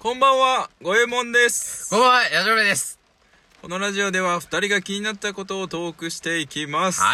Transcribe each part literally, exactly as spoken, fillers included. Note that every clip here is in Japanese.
こんばんは、ごえもんです。 こんばんは、やじろべです。 このラジオではふたりが気になったことをトークしていきます。 はい。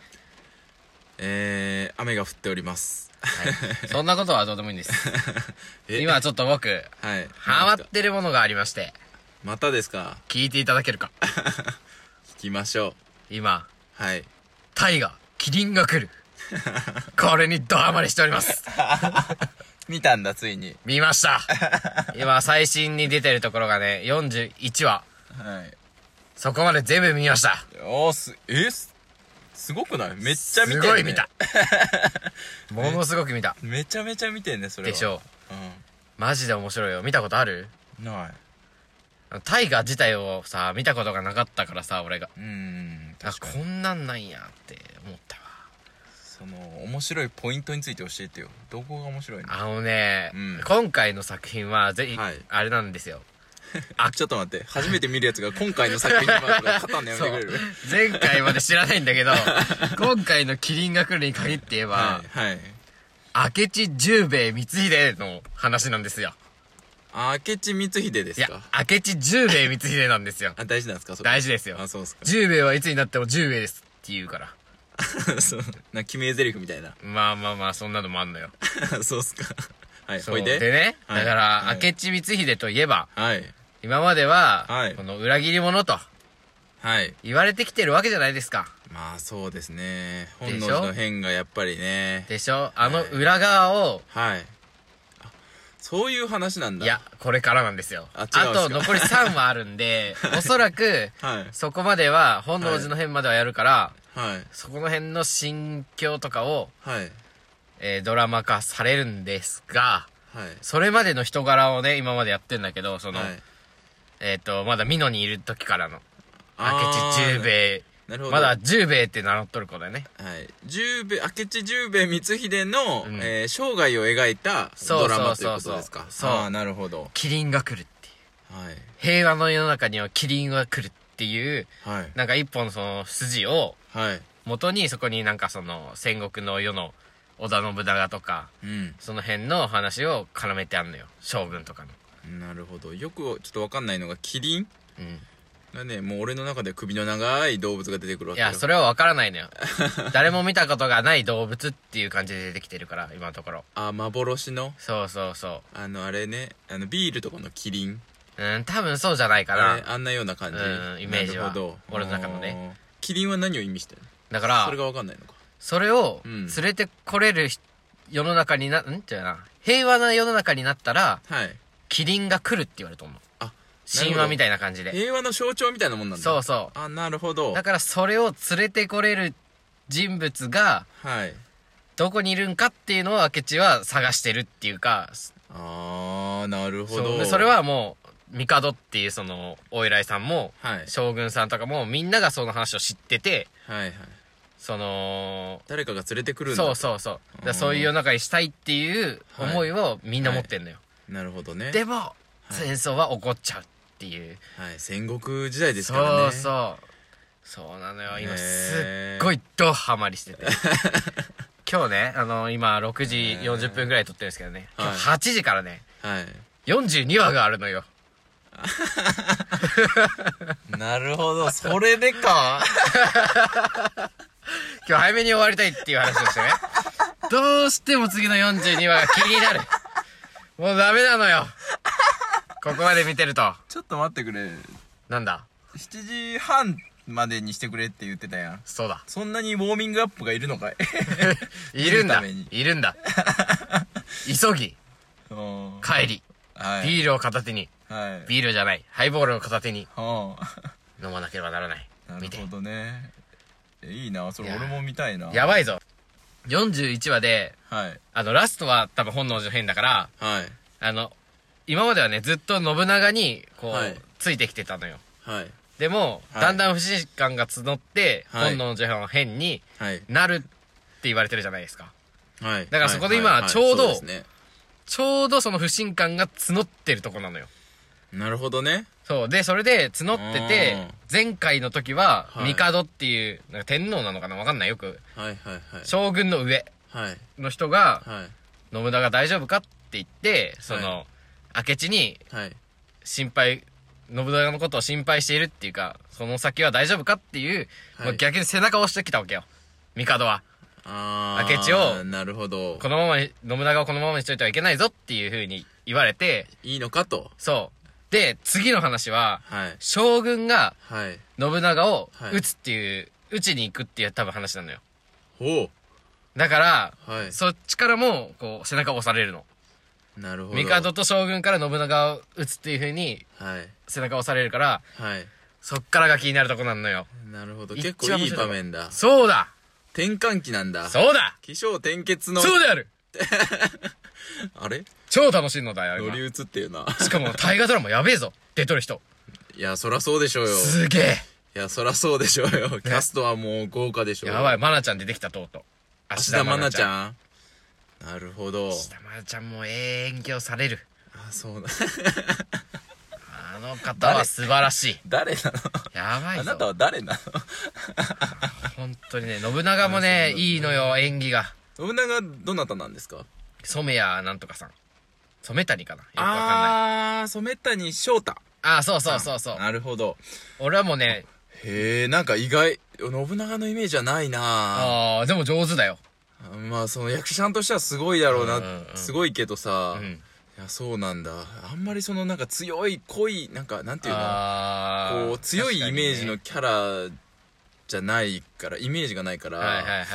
えー、雨が降っております。 はい、そんなことはどうでもいいんです。今ちょっと僕、 はい、 ハマってるものがありまして。 またですか？ 聞いていただけるか。 聞きましょう。 今、 はい。 タイが、キリンが来る。これにドハマりしております。 見たんだ、ついに。 見ました。今、最新に出てるところがね、よんじゅういちわ。 はい。 そこまで全部見ました。 おー、す、えす、すごくない？めっちゃ見てる、ね。 すごい見た。ものすごく見た。 めちゃめちゃ見てんね、それは。 でしょう。 うん。 マジで面白いよ。見たことある？ ない。 タイガー自体をさ、見たことがなかったからさ、俺が。 うーん、 あ、こんなんなんやって思ったわ。 その、面白いポイントについて教えてよ。どこが面白いの？ あのね、 うん、 今回の作品はぜひ、はい、あれなんですよ。 あ、ちょっと待って。初めて見るやつが今回の作品はとか語んのやめてくれる？ 前回まで知らないんだけど、今回のキリンが来るに限って言えば、 はい。はい、 明智十兵衛光秀の話なんですよ。 明智光秀ですか？ いや、明智十兵衛光秀なんですよ。 あ、大事なんですか？それ大事ですよ。 あ、そうですか。 十兵衛はいつになっても十兵衛ですって言うから。 そう。な、決め台詞みたいな。 まあまあまあ、そんなのもあんのよ。 そうっすか。はい、 そう。でね、はい、だから、はい、明智光秀といえば、はい。今までは、はい、この裏切り者と、はい。言われてきてるわけじゃないですか。 まあそうですね。本能寺の変がやっぱりね。 でしょ？あの裏側を、 はい。あ、そういう話なんだ。 いや、これからなんですよ。あ, あと残りさんわあるんで、おそらく、はい、そこまでは、本能寺の変まではやるから、はい、そこの辺の心境とかを、はい、えー、ドラマ化されるんですが、はい、それまでの人柄をね、今までやってんだけど、その、はい、えっと、まだ美濃にいる時からの、明智十兵衛、なるほど。まだ十兵衛って名乗っとる子だよね。 はい。十兵衛、明智十兵衛光秀の、うん、えー、生涯を描いたドラマということですか？ そう。 ああ、なるほど。 キリンが来るっていう。 はい。 平和の世の中にはキリンが来るっていう、はい。なんか一本その筋を、はい。元にそこになんかその戦国の世の織田信長とか、うん。その辺の話を絡めてあんのよ。将軍とかの。 なるほど。よくちょっとわかんないのがキリン？うん。だね、もう俺の中で首の長い動物が出てくるわけよ。 いや、それは分からないのよ。誰も見たことがない動物っていう感じで出てきてるから、今のところ。 あ、幻の？ そうそうそう。 あの、あれね、あの、ビールとかのキリン？ うん、多分そうじゃないかな。 あ, あんなような感じ。 うん、イメージは。なるほど。俺の中のね。 キリンは何を意味してるの？ だから、 それが分かんないのか。 それを、連れてこれる世の中にな、んっていうな。平和な世の中になったら、はい。キリンが来るって言われとんの。あ、神話みたいな感じで。 平和の象徴みたいなもんなんだ。 そうそう。 あ、なるほど。 だからそれを連れてこれる人物が、はい。どこにいるんかっていうのを明智は探してるっていうか。 あー、なるほど。 そう。で、それはもう、帝っていうその、お偉いさんも、はい。将軍さんとかも、みんながその話を知ってて、はいはい。その、 誰かが連れてくるんだ。 そうそうそう。だそういう世の中にしたいっていう思いをみんな持ってんのよ。 はいはい、なるほどね。 でも、はい、戦争は起こっちゃうっていう。 はい、戦国時代ですからね。 そうそう。そうなのよ。今すっごいドハマりしてて。今日ね、あの、今ろくじよんじゅっぷんぐらい撮ってるんですけどね。今日はちじからね、はい、よんじゅうにわがあるのよ。 なるほど、それでか。 今日早めに終わりたいっていう話をしてね。どうしても次のよんじゅうにわが気になる。もうダメなのよ。ここまで見てると。 ちょっと待ってくれ。 なんだ？ しちじはんまでにしてくれって言ってたやん。 そうだ。 そんなにウォーミングアップがいるのかい？ いるんだ。いるんだ。急ぎ。帰り。はい、ビールを片手に。はい、ビールじゃない。ハイボールを片手に。飲まなければならない。 なるほどね。いいな、それ俺も見たいな。 やばいぞ。よんじゅういちわで、はい、あの、ラストは多分本能寺の変だから、はい、あの、今まではね、ずっと信長に、こう、はい、ついてきてたのよ。はい、でも、はい、だんだん不信感が募って、はい、本能寺の変になるって言われてるじゃないですか。はい、だからそこで今、ちょうど、ちょうどその不信感が募ってるとこなのよ。 なるほどね。 そう。で、それで募ってて、前回の時は、帝っていう、なんか天皇なのかなわかんないよく。はいはいはい。将軍の上の人が、はい、信長大丈夫かって言って、その、 明智に、心配、はい、信長のことを心配しているっていうか、その先は大丈夫かっていう、はい、まあ、逆に背中を押してきたわけよ。帝は。 あ明智を、 なるほど。 このままに、信長をこのままにしといてはいけないぞっていう風に言われて。 いいのかと。 そう。で、次の話は、はい、将軍が、信長を撃つっていう、撃ちに行くっていう多分話なのよ。 ほう。だから、はい、そっちからも、こう、背中を押されるの。 なるほど。 帝と将軍から信長を撃つっていう風に、はい、背中を押されるから、はい、そっからが気になるとこなんのよ。 なるほど。結構いい場面だ。 そうだ転換期なんだ。 そうだ起承転結の。 そうであるあれ超楽しいのだよ、 乗り移っていうな。 しかも、大河ドラマやべえぞ。出とる人。 いや、そらそうでしょうよ。 すげえ。 いや、そらそうでしょうよ。キャストはもう豪華でしょう。 やばい、マナちゃん出てきた、とうとう。 芦田愛菜ちゃん。なるほど。 芦田愛菜ちゃんもええ演技をされる。 あ、そうだ。 あの方は素晴らしい。 誰なの？ やばいぞ。 あなたは誰なの？ 本当にね、信長もね、いいのよ、演技が。 信長どなたなんですか？ 染谷なんとかさん。染谷かな、よくわかんない。 あー、染谷翔太。 あー、そうそうそうそう。 なるほど。 俺はもうね、 へえ、なんか意外、信長のイメージはないな。 あー、でも上手だよ。 まあ、その役者さんとしてはすごいだろうな、うんうんうん、すごいけどさ、うん、いや、そうなんだ。あんまりそのなんか強い、濃い、なんか、なんていうの、こう、強いイメージのキャラじゃないから、イメージがないから、 はいはいはいはい。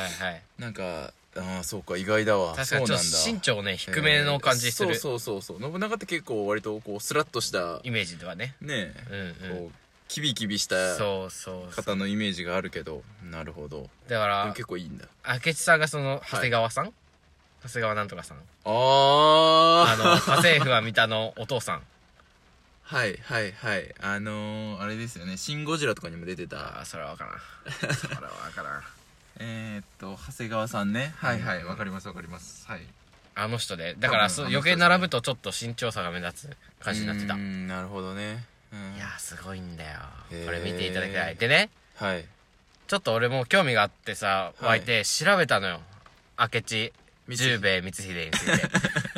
なんか、ああ、そうか、意外だわ。 確かにちょっと身長ね、低めの感じする。 そうそうそうそう。信長って結構割とこう、スラッとした。 イメージではね。 ねえ。うんうん。こう、キビキビした方のイメージがあるけど、なるほど。 だから、 結構いいんだ。 明智さんがその、長谷川さん、はい、長谷川なんとかさん。あああの、家政婦は三田のお父さん。 はいはいはい。あのー、あれですよね。シン・ゴジラとかにも出てた。 ああ、それはわからん。それはわからん。 えーっと、長谷川さんね。はいはい、わかりますわかります。はい。 あの人で。だから、そう、余計並ぶとちょっと身長差が目立つ感じになってた。 うん、なるほどね。 うん、いやー、すごいんだよ。これ見ていただきたい。でね。 はい。 ちょっと俺も興味があってさ、湧いて調べたのよ。明智、十兵衛光秀について。絶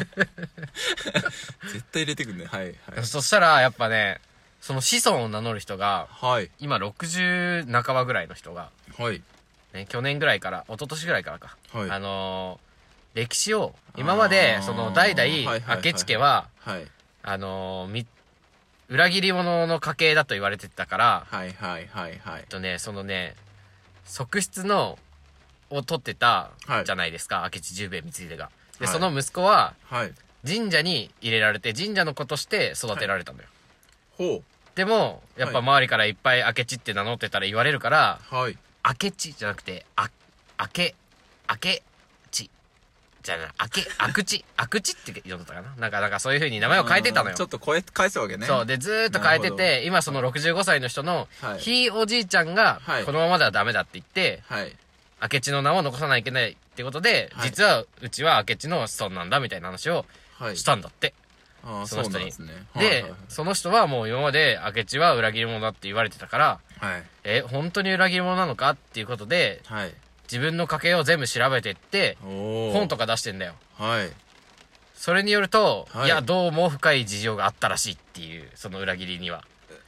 対入れてくんね。はいはい。 そしたら、やっぱね、その子孫を名乗る人が、 はい。 今ろくじゅう半ばぐらいの人が、 はい。 ね、去年ぐらいから、一昨年ぐらいからか。はい。あのー、歴史を、今まで、その、代々、明智家は、はい。あのー、み、裏切り者の家系だと言われてたから、 はいはいはいはい。 えっとね、そのね、側室の、を取ってた、じゃないですか、はい、明智十兵衛光秀が。で、はい、その息子は、はい、神社に入れられて、神社の子として育てられたのよ。 はい、ほう。 でも、やっぱ周りからいっぱい明智って名乗ってたら言われるから、はい。明智じゃなくて、あ、明け、明け、じゃあな、あけ、あくち、あくちって読んだったかななんか、なんかそういう風に名前を変えてたのよ。 ちょっと声、返すわけね。 そう。で、ずーっと変えてて、今そのろくじゅうごさいの人の、はい、ひいおじいちゃんが、このままではダメだって言って、はい。明智の名を残さないといけないってことで、はい、実は、うちは明智の子孫なんだみたいな話をしたんだって。はい、その人に。で、ねはいはいはい、その人はもう今まで明智は裏切り者だって言われてたから、はい。え、本当に裏切り者なのかっていうことで、はい。自分の家系を全部調べてって、本とか出してんだよ。はい。それによると、はい、いや、どうも深い事情があったらしいっていう、その裏切りには。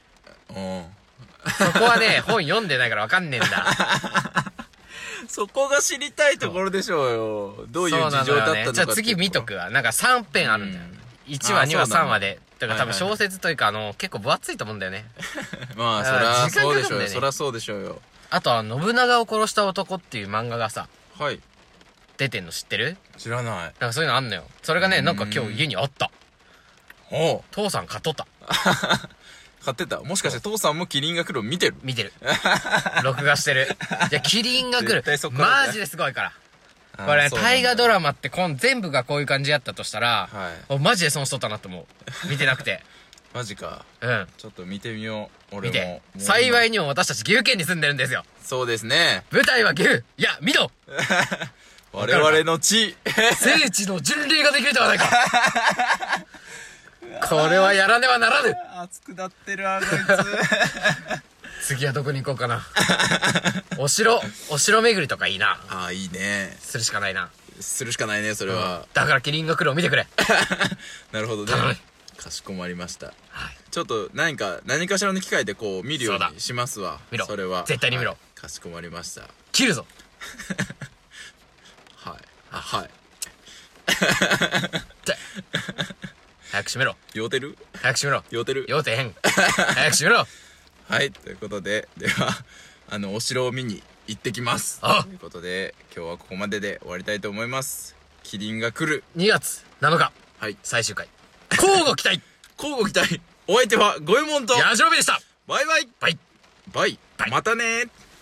そこはね、本読んでないからわかんねえんだ。 そこが知りたいところでしょうよ。どういう事情だったのかっていう。 じゃあ次見とくわ。なんかさん編あるんだよ。いちわ、にわ、さんわで。だから多分小説というか、あの、結構分厚いと思うんだよね。 まあ、そりゃそうでしょうよ。そりゃそうでしょうよ。 あとは、信長を殺した男っていう漫画がさ、 はい。 出てんの知ってる？ 知らない。 なんかそういうのあんのよ。それがね、なんか今日家にあった。 ほう。 父さん買っとった。 買ってた？もしかして父さんもキリンが来る見てる？ 見てる。録画してる。いや、キリンが来る。マジですごいから。これ、大河ドラマってこん全部がこういう感じやったとしたら、はい、マジで損しとったなと思う。見てなくて。 マジか。 うん。 ちょっと見てみよう。俺も。 見て。幸いにも私たち岐阜県に住んでるんですよ。 そうですね。 舞台は岐阜。いや、水戸。 我々の地。 聖地の巡礼ができるではないか。これはやらねばならぬ。 熱くなってるわ、こいつ。次はどこに行こうかな。お城、お城巡りとかいいな。 ああ、いいね。 するしかないな。 するしかないね、それは。 だからキリンが来るを見てくれ。 なるほどね。 かしこまりました。 はい。 ちょっと何か、何かしらの機会でこう見るようにしますわ。 見ろ。 それは。 絶対に見ろ。はい、 かしこまりました。 切るぞはい。あ、はい。 早く閉めろ。 酔うてる？ 早く閉めろ。 酔うてる？ 酔うてへん。早く閉めろ。 はい、ということで、では、あの、お城を見に行ってきます。 あということで、今日はここまでで終わりたいと思います。キリンが来る。 にがつなのか。 はい。 最終回。交互期待。 交互期待。お相手は、五右衛門と、 ヤジロベでした。 バイバイ。 バイ。 バイ。バイ。またねー。